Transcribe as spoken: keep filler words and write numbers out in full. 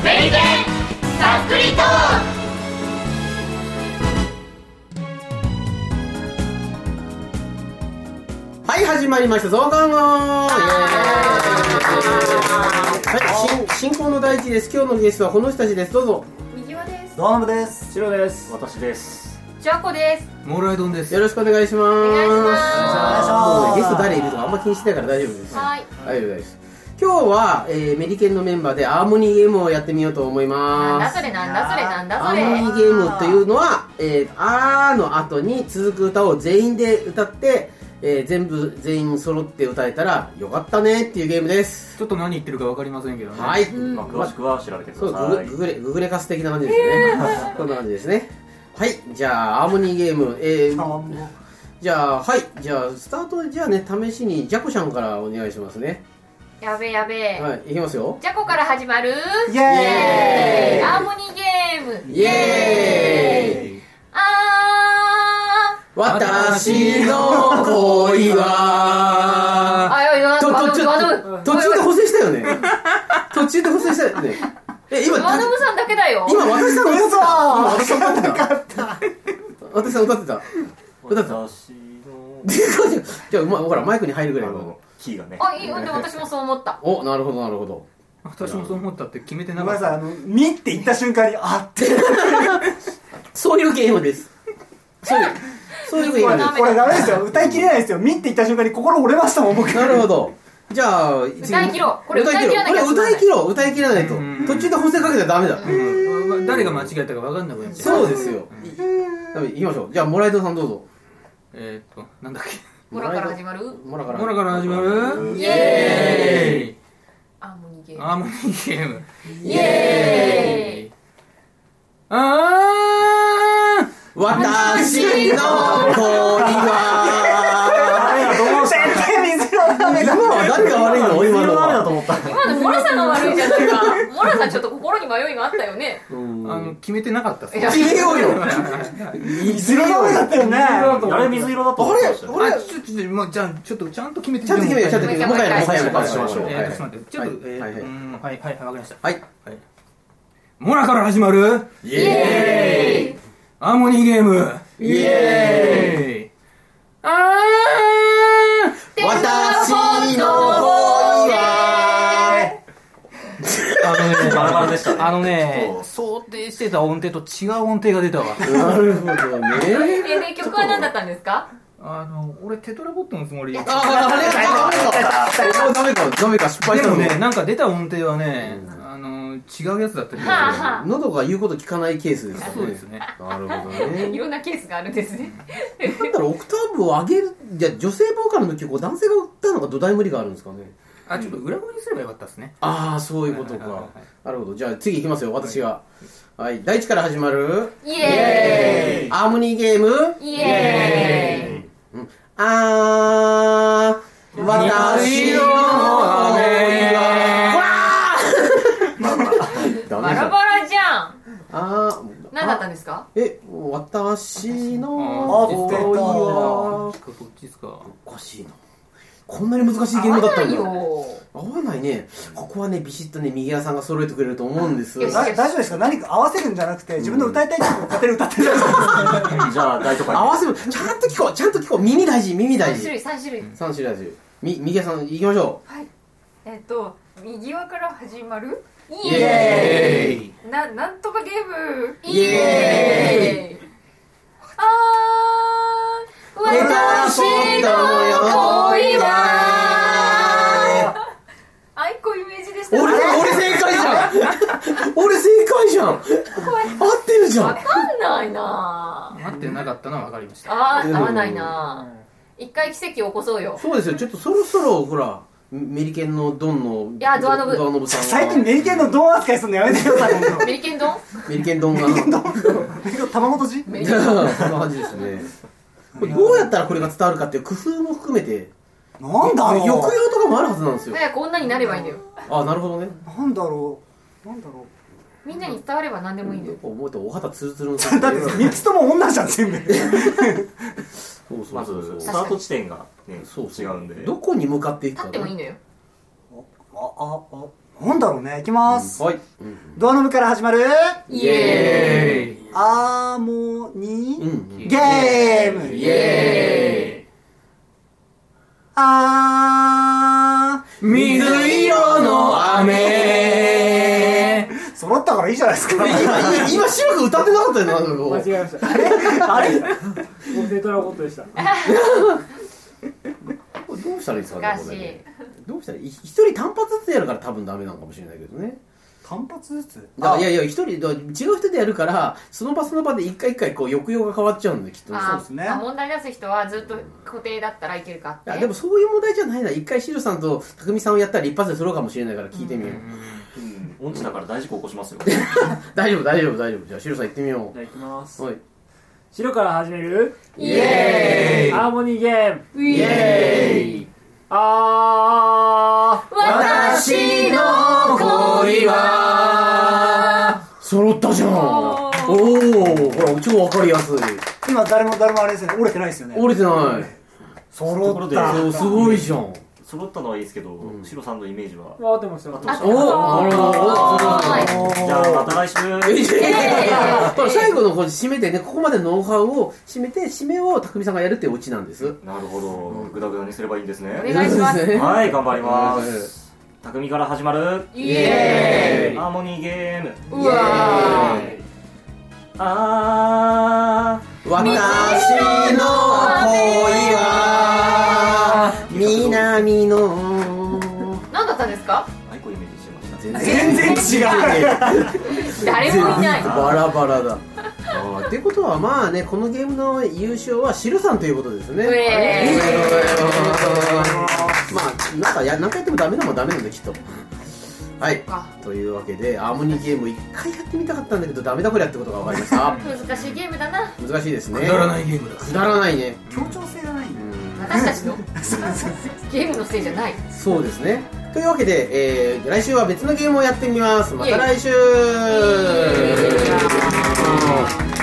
メリケンさっくりトーク。はい、始まりました増刊号。はい、進行の第一です。今日のゲストはこの人たちです。どうぞ。 右輪です。 ドアノブです。 白です。 私です。 ジャコです。 モーライドンです。 よろしくお願いします。 お願いします。 もうね、ゲスト誰いるとかあんま気にしてないから大丈夫です。 はい。 大丈夫です。今日は、えー、メリケンのメンバーでハーモニーゲームをやってみようと思います。 なんだそれなんだそれなんだハそれ。 ーモニーゲームというのは、えー、あーの後に続く歌を全員で歌って、えー、全部全員揃って歌えたらよかったねっていうゲームです。 ちょっと何言ってるか分かりませんけどね。 はい、 うんまあ、詳しくは調べてくそうださい。 ググレググレカス的な感じですね。こんな感じですね。はい、じゃあハーモニーゲーム、えー、じゃあはいじゃあスタートじゃあね試しにジャコちゃんからお願いしますね。 やべやべ。 はい、いきますよ。 ジャコから始まる。 イエーイ。 ハーモニーゲーム。 イエーイ。 あー。 私の恋は。 あ、いやいや、 とワノとブワノブ。 途中で補正したよね。途中で補正したよね。え、今、 ワノブさんだけだよ。 今私さん歌ってた。今私さん歌ってた。 かった私さん歌ってた。歌ってた。 私のじゃあ、ま、ほら、マイクに入るぐらいのあの。キーがね。 あ、いいよ。で私もそう思った。 お、なるほど、なるほど。 私もそう思ったって決めてなごめんかった。 なさい、あの、ミって言った瞬間に、あって。 そういうゲームです。そういう、そういうゲームです。 これダメですよ。歌い切れないですよ。ミって言った瞬間に心折れましたもん、僕。 なるほど。じゃあ、 歌い切ろう。これ歌い切らなきゃ。 これ歌い切ろう。歌い切らないとう。ん途中で補正かけたらダメだ。 うん誰が間違えたか分かんなくなっちゃう。 そうですよ。ダメ、行きましょう。じゃあ、モライドさんどうぞ。 えーっと、なんだっけ。 モラから始まる。 モラから。 モラから始まる。 イエーイ。 ーハーモニーゲーム。 ハーモニーゲーム。 イエーイ。 あー私の恋は。 絶対水色ダメだ。 今は誰が悪いの？今のダメだとは。 思った。 今のモラさんが悪いじゃないか。モラさんちょっと心に迷いがあったよね。 うんあの、決めてなかったっす。 いや決めようよ。 水色ダメだったよね。 あれ水色だと思ってましたよ。 あ、ちょっと、ちょっと、もう、じゃあ、ちょっと、ちゃんと決めてちゃんと決めよう、ちゃんと決めよう。もう一回やろう、もう一回やろう、もう一回やろう。 しましょうはいえー、ちょっと待って、ちょっと、えー、 はいはいうんはい、はい、はい、わかりました。 はい。 はい。モラから始まるイイエーイ。 ハーモニーゲームイエーイあー私の恋は。 あのね、 バラバラでしたね。 あのねちょっ、と想定してた音程と違う音程が出たわ。 なるほどね。 え、で、曲は何だったんですか？ あの、俺テトラボットのつもりで。 ああ、あれダメか。ダメか、ダメか、失敗したのでもね、なんか出た音程はね、あの、違うやつだったけど。 はあはあ喉が言うこと聞かないケースですよね。 そうですね。 なるほどいね。 ろんなケースがあるんですね。 だからオクターブを上げる、じゃあ女性ボーカルの曲を男性が歌うのが土台無理があるんですかね。 あ、ちょっと裏声にすればよかったですね。 ああ、そういうことかはいはいはいはい。 なるほど。じゃあ次いきますよ、私が。はい、第一から始まる。 イエーイ。 ハーモニーゲーム。 イエーイ。 あー、私の恋は。ダメじゃん。 バラバラじゃん。 あー、 何だったんですか？ え、私のあ恋出たは。 こっちですか。 おかしいな。こんなに難しいゲームだったんだ。 合わないよ。 合わないね。ここはね、ビシッとね、右屋さんが揃えてくれると思うんです。 よしだ大丈夫ですか？何か合わせるんじゃなくて、自分の歌いたい曲を勝手に歌ってるじゃないですか。 じゃあ、大とかに。 合わせる。ちゃんと聞こう、ちゃんと聞こう。耳大事、耳大三種類事。 三種類。 三種類大事。み、右屋さん行きましょはい。えっと右輪から始まるう。イエーイ。 ななんとかゲーム。 イエーイ。 あー。 私の恋は。 あいこイメージでした。 俺、俺正解じゃん。俺正解じゃん。合ってるじゃん。 わかんないなぁ。 合ってなかったのは分かりました。 あー、合わないなぁ。一回奇跡を起こそうよ。 そうですよ。ちょっとそろそろ、ほら、メリケンのドンの。 いやドアノブドアノブさんは。 最近メリケンのドン扱いするのやめてください、本当。 メリケン丼？ メリケンドンが。 メリケンドン卵とじメリケン丼。 そんな感じですね。これどうやったらこれが伝わるかっていう工夫も含めて。 なんだろう。 抑揚とかもあるはずなんですよ。 早く女になればいいんだよ。 あ、なるほどね。 なんだろう。なんだろみんなに伝われば何でもいいんだよ。 思うとお肌ツルツルの。 う。だってみっつとも女じゃん、全部。 そうそうまそうそうず、スタート地点がね、 そうそう違うんで。 どこに向かっていくかね。 立ってもいいんだよ。 あ、あ、あ、なんだろうね。いきます。 はい。うんドアノブから始まるイエーイ。 アーモニうんーゲーム、 イエーイ。 あー水色の雨。 揃ったからいいじゃないですか。 今今今白く歌ってなかったよな。なんかこう間違えましたあれ僕テトラボットでしたこれどうしたらいいですかね難しいこれねどうしたらいい一人単発ずつやるから多分ダメなのかもしれないけどね。 単発ずつだからいやいや一人だから違う人でやるからその場その場で一回一回こう抑揚が変わっちゃうんできっとね。 あそうですねまあ問題出す人はずっと固定だったらいけるかっていやでもそういう問題じゃないな。一回シロさんと匠さんをやったら一発で揃うかもしれないから聞いてみよう。 うん、音痴だから大事故起こしますよ。 大丈夫大丈夫大丈夫。じゃあシロさん行ってみよじゃあいきますう。はい。 白から始めるイエハーモニーゲームーイイエーイ。 あ私の恋は揃ったじゃん。おおほら超わかりやすい。 今誰も誰もあれですよね、折れてないですよね。 折れてない。 揃ところでった。 そうすごいじゃん。 揃ったのはいいですけど、シロさんのイメージは。 ー回ってました合ってましたおおなるほど。 じゃあまた来週。 いやいやいやこれ最後のこう締めてね、ここまでのノウハウを締めて、締めを匠さんがやるっていうオチなんです。 なるほど、グダグダにすればいいんですね。 お願いしますねはい、頑張ります。匠から始まるイエーイ。 ハーモニーゲーム。 うわイエあ私の恋は南のー何だったんですか？ ー、アイコイメージしてました。 全然違う。 誰もいない。 バラバラだ。あーってことはまあね、このゲームの優勝はシルさんということですね。 うえまあなんかや何回やってもダメなもんダメなんできっと。はいあというわけでハーモニーゲーム一回やってみたかったんだけどダメだこりゃってことが分かりました難しいゲームだな。 難しいですね。 くだらないゲームだ。 くだらないね。 協調性がないんだよ。 私たちのゲームのせいじゃない。 そうですね。というわけで、えー、来週は別のゲームをやってみます。また来週。 イエーイ